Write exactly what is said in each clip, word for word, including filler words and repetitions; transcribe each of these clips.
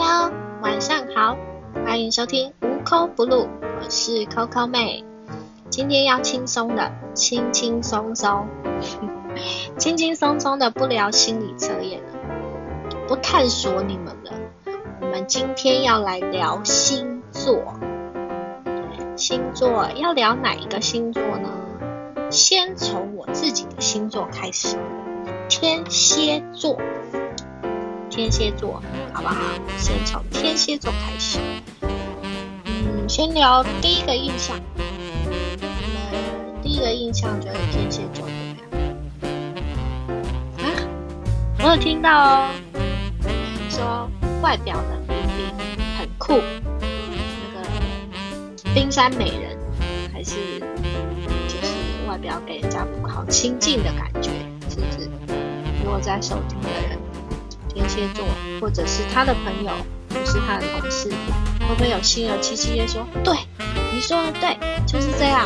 Hello，晚上好，欢迎收听无口不入，我是 Coco 妹。今天要轻松的，轻轻松松，轻轻松松的不聊心理测验了，不探索你们了。我们今天要来聊星座。星座要聊哪一个星座呢？先从我自己的星座开始，天蝎座。天蝎座好不好？先从天蝎座开始。嗯，先聊第一个印象。你们第一个印象觉得天蝎座怎么样？啊，我有听到哦，说外表冷冰冰，很酷，那个冰山美人，还是就是外表给人家不好亲近的感觉，是不是？如果在收听的人。天蝎座，或者是他的朋友，或是他的同事，会不会有心有戚戚焉说，对，你说的对，就是这样。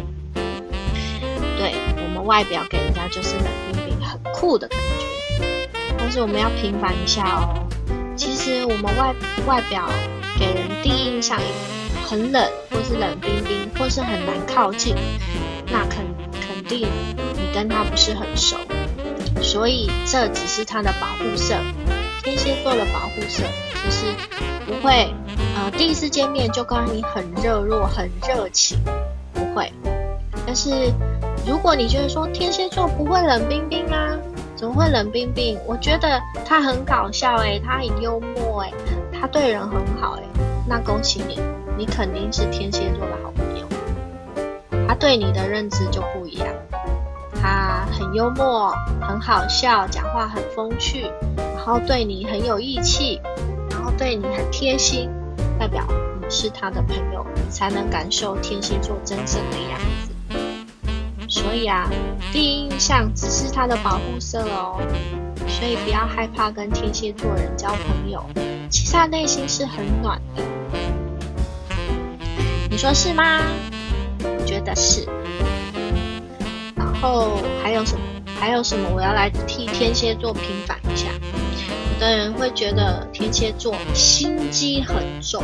对，我们外表给人家就是冷冰冰、很酷的感觉，但是我们要平反一下哦。其实我们外外表给人第一印象很冷，或是冷冰冰，或是很难靠近，那肯肯定你跟他不是很熟。所以这只是他的保护色，天蝎座的保护色就是不会，呃，第一次见面就跟你很热络、很热情，不会。但是如果你觉得说天蝎座不会冷冰冰啊，怎么会冷冰冰？我觉得他很搞笑哎、欸，他很幽默哎、欸，他对人很好哎、欸，那恭喜你，你肯定是天蝎座的好朋友。他对你的认知就不一样。他很幽默，很好笑，讲话很风趣，然后对你很有义气，然后对你很贴心，代表你是他的朋友，你才能感受天蝎座真正的样子。所以啊，第一印象只是他的保护色哦，所以不要害怕跟天蝎座人交朋友，其实他内心是很暖的。你说是吗？我觉得是。然后还有什么？还有什么？我要来替天蝎座平反一下。有的人会觉得天蝎座心机很重。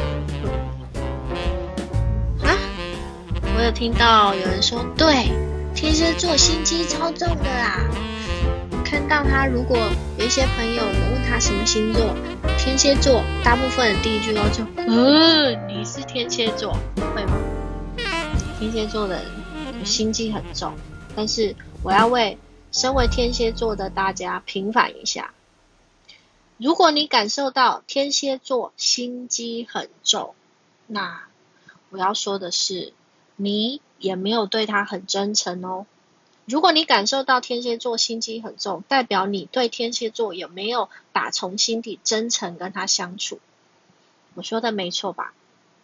啊？我有听到有人说，对，天蝎座心机超重的啦。看到他，如果有一些朋友有问他什么星座，天蝎座，大部分的第一句都就，呃，你是天蝎座，会吗？天蝎座的人心机很重。但是我要为身为天蝎座的大家平反一下，如果你感受到天蝎座心机很重，那我要说的是，你也没有对他很真诚哦。如果你感受到天蝎座心机很重，代表你对天蝎座有没有打从心底真诚跟他相处。我说的没错吧？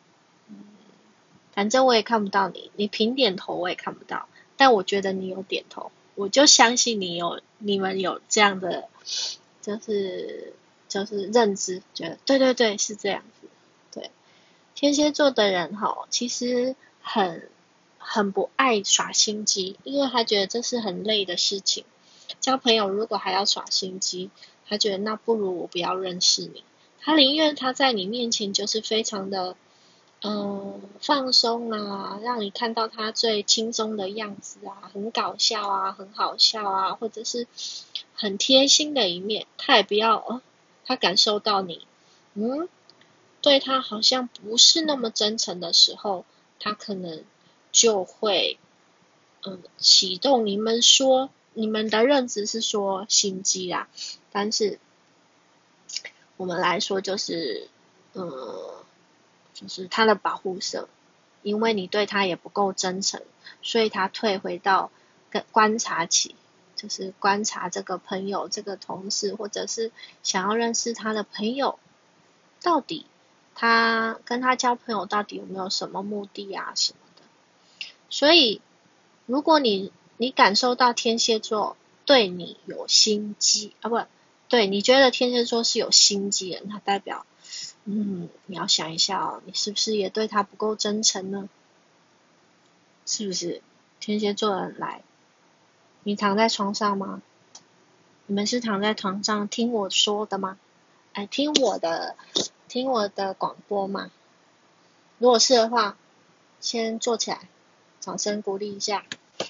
反正我也看不到你，你凭点头我也看不到。但我觉得你有点头，我就相信你有，你们有这样的，就是就是认知，觉得对对对是这样子。对，天蝎座的人哈，其实很很不爱耍心机，因为他觉得这是很累的事情。交朋友如果还要耍心机，他觉得那不如我不要认识你。他宁愿他在你面前就是非常的。嗯，放松啊，让你看到他最轻松的样子啊，很搞笑啊，很好笑啊，或者是很贴心的一面，他也不要，哦，他感受到你，嗯，对他好像不是那么真诚的时候，他可能就会，嗯，启动你们说，你们的认知是说心机啊，但是我们来说就是，嗯。就是他的保护色，因为你对他也不够真诚，所以他退回到跟观察期，就是观察这个朋友、这个同事，或者是想要认识他的朋友，到底他跟他交朋友到底有没有什么目的啊什么的。所以，如果你你感受到天蝎座对你有心机啊，不对，你觉得天蝎座是有心机的，那代表。嗯，你要想一下哦，你是不是也对他不够真诚呢？是不是？天蝎座人来，你躺在床上吗？你们是躺在床上听我说的吗？哎，听我的听我的广播吗？如果是的话，先坐起来，掌声鼓励一下。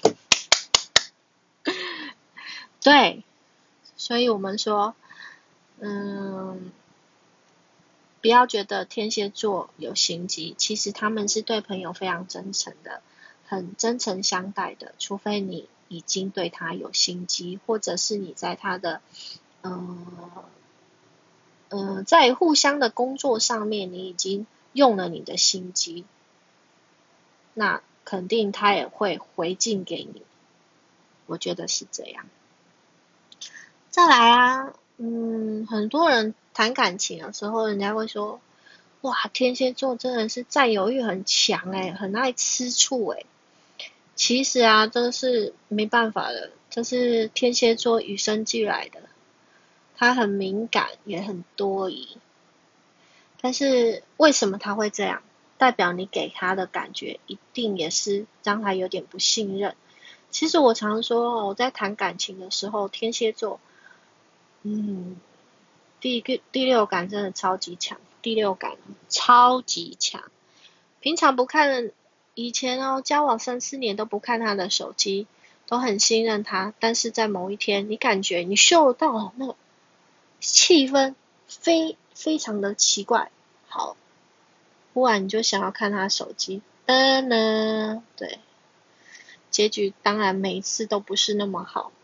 对，所以我们说，嗯，不要觉得天蝎座有心机，其实他们是对朋友非常真诚的，很真诚相待的，除非你已经对他有心机，或者是你在他的，嗯、呃，呃，在互相的工作上面，你已经用了你的心机，那肯定他也会回敬给你，我觉得是这样。再来啊，嗯，很多人谈感情的时候，人家会说，哇，天蝎座真的是占有欲很强诶，很爱吃醋诶。其实啊，这是没办法的，这是天蝎座与生俱来的，他很敏感，也很多疑。但是为什么他会这样？代表你给他的感觉一定也是让他有点不信任。其实我常说，我在谈感情的时候，天蝎座，嗯，第一个第六感真的超级强，第六感超级强。平常不看，以前哦，交往三四年都不看他的手机，都很信任他。但是在某一天，你感觉你嗅到了那个气氛非非常的奇怪，好，忽然你就想要看他手机，噔呢，对，结局当然每一次都不是那么好。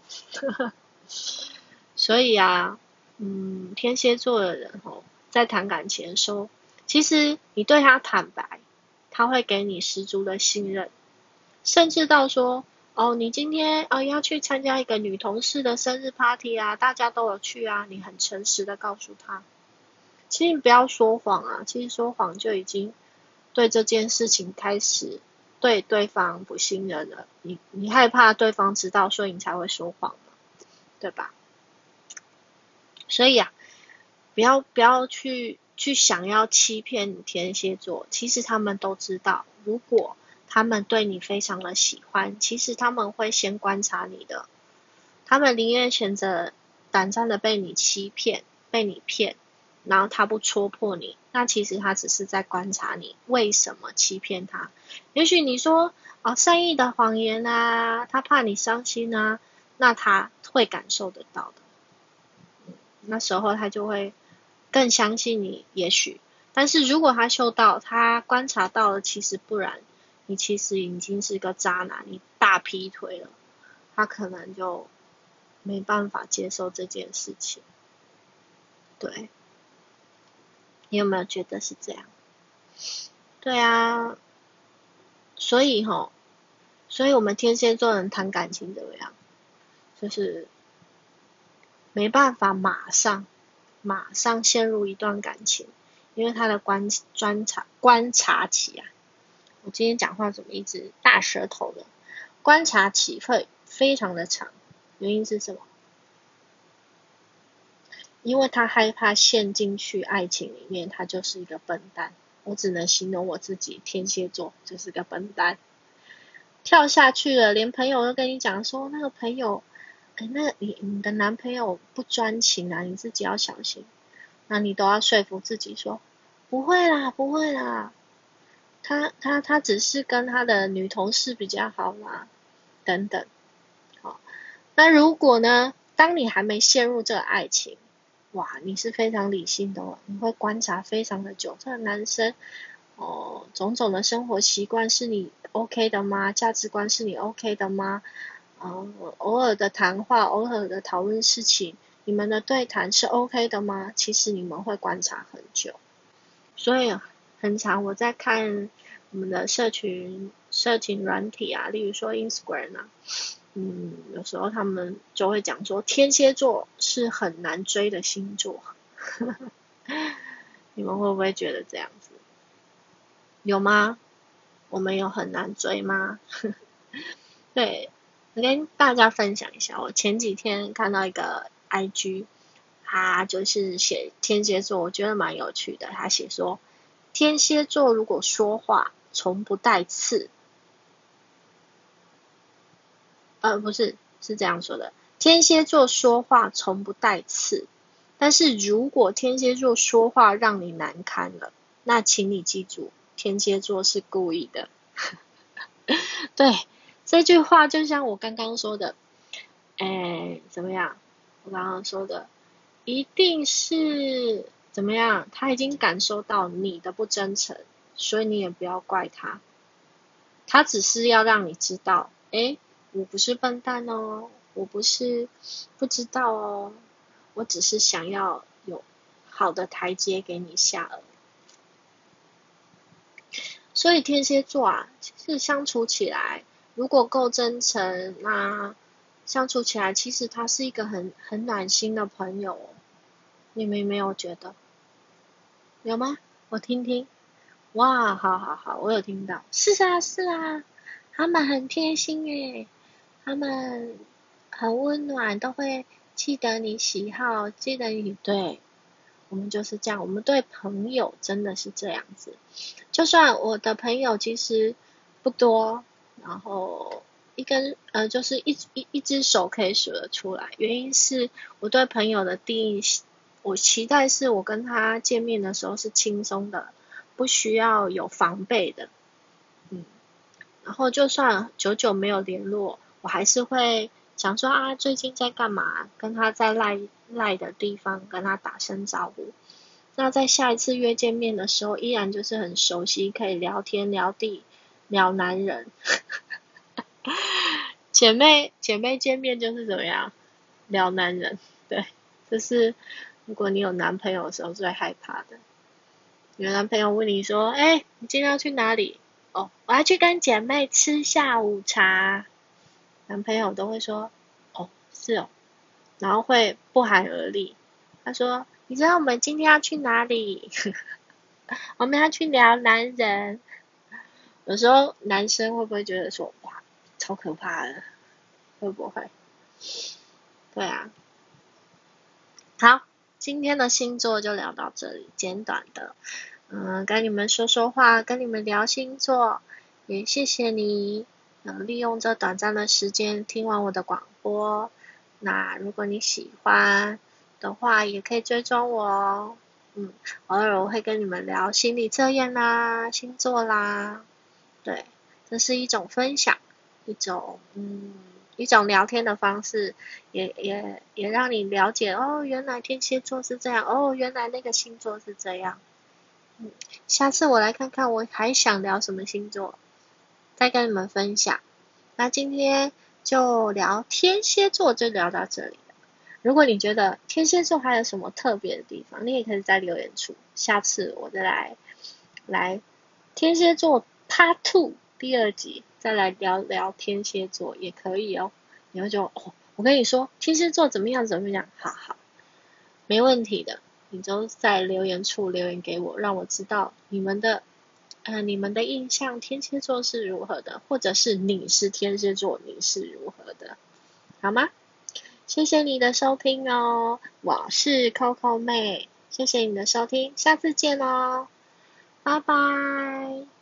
所以啊，嗯，天蝎座的人哦，在谈感情的时候，其实你对他坦白，他会给你十足的信任，甚至到说，哦，你今天哦要去参加一个女同事的生日 party 啊，大家都有去啊，你很诚实的告诉他，其实你不要说谎啊，其实说谎就已经对这件事情开始对对方不信任了，你你害怕对方知道，所以你才会说谎嘛，对吧？所以啊，不要不要去去想要欺骗天蝎座，其实他们都知道，如果他们对你非常的喜欢，其实他们会先观察你的，他们宁愿选择胆战的被你欺骗，被你骗，然后他不戳破你，那其实他只是在观察你为什么欺骗他。也许你说哦善意的谎言啊，他怕你伤心啊，那他会感受得到的。那时候他就会更相信你，也许。但是如果他嗅到，他观察到了，其实不然，你其实已经是个渣男，你大劈腿了，他可能就没办法接受这件事情。对，你有没有觉得是这样？对啊，所以吼，所以我们天蝎座人谈感情怎么样？就是没办法马上马上陷入一段感情，因为他的观观察观察期啊，我今天讲话怎么一直大舌头的？观察期会非常的长，原因是什么？因为他害怕陷进去爱情里面，他就是一个笨蛋。我只能形容我自己，天蝎座就是个笨蛋，跳下去了，连朋友都跟你讲说，那个朋友，哎，那你你的男朋友不专情啊，你自己要小心。那你都要说服自己说，不会啦，不会啦，他他他只是跟他的女同事比较好啦，等等。好，那如果呢，当你还没陷入这个爱情，哇，你是非常理性的哦，你会观察非常的久，这个男生哦，种种的生活习惯是你 OK 的吗？价值观是你 OK 的吗？嗯，偶尔的谈话，偶尔的讨论事情，你们的对谈是 OK 的吗？其实你们会观察很久。所以很常我在看我们的社群社群软体啊，例如说 Instagram 啊，嗯，有时候他们就会讲说天蝎座是很难追的星座，你们会不会觉得这样子？有吗？我们有很难追吗？对，我跟大家分享一下，我前几天看到一个 I G，他就是写天蝎座，我觉得蛮有趣的。他写说，天蝎座如果说话从不带刺，呃，不是，是这样说的，天蝎座说话从不带刺， 但是如果天蝎座说话让你难堪了，那请你记住，天蝎座是故意的。对，这句话就像我刚刚说的，哎，怎么样？我刚刚说的，一定是怎么样？他已经感受到你的不真诚，所以你也不要怪他。他只是要让你知道，哎，我不是笨蛋哦，我不是不知道哦，我只是想要有好的台阶给你下而已。所以天蝎座啊，其实相处起来，如果够真诚，那相处起来其实他是一个很很暖心的朋友哦。你们没有觉得？有吗？我听听。哇，好好好，我有听到。是啊，是啊，他们很贴心诶，他们很温暖，都会记得你喜好，记得你。对，我们就是这样，我们对朋友真的是这样子。就算我的朋友其实不多，然后一根呃就是一一一只手可以数得出来，原因是我对朋友的定义，我期待是我跟他见面的时候是轻松的，不需要有防备的，嗯，然后就算久久没有联络，我还是会想说啊最近在干嘛，跟他在赖赖的地方跟他打声招呼。那在下一次约见面的时候，依然就是很熟悉，可以聊天聊地聊男人。姐妹姐妹见面就是怎么样聊男人，对，这是如果你有男朋友的时候最害怕的。你的男朋友问你说：“哎，你今天要去哪里？”哦，我要去跟姐妹吃下午茶。男朋友都会说：“哦，是哦。”然后会不寒而栗。他说：“你知道我们今天要去哪里？我们要去聊男人。”有时候男生会不会觉得说：“哇，超可怕的？”会不会？对啊。好，今天的星座就聊到这里，简短的。嗯，跟你们说说话，跟你们聊星座，也谢谢你，嗯，利用这短暂的时间听完我的广播。那如果你喜欢的话，也可以追踪我哦。嗯，偶尔我会跟你们聊心理测验啦、星座啦，对，这是一种分享，一种嗯，一种聊天的方式，也也也让你了解哦，原来天蝎座是这样，哦，原来那个星座是这样。嗯，下次我来看看我还想聊什么星座，再跟你们分享。那今天就聊天蝎座，就聊到这里了。如果你觉得天蝎座还有什么特别的地方，你也可以在留言处，下次我再来来天蝎座 Part Two 第二集再来聊聊天蝎座也可以哦。你会就哦，我跟你说天蝎座怎么样怎么样，好好，没问题的。你就在留言处留言给我，让我知道你们的呃你们的印象天蝎座是如何的，或者是你是天蝎座你是如何的，好吗？谢谢你的收听哦，我是 Coco 妹，谢谢你的收听，下次见哦，拜拜。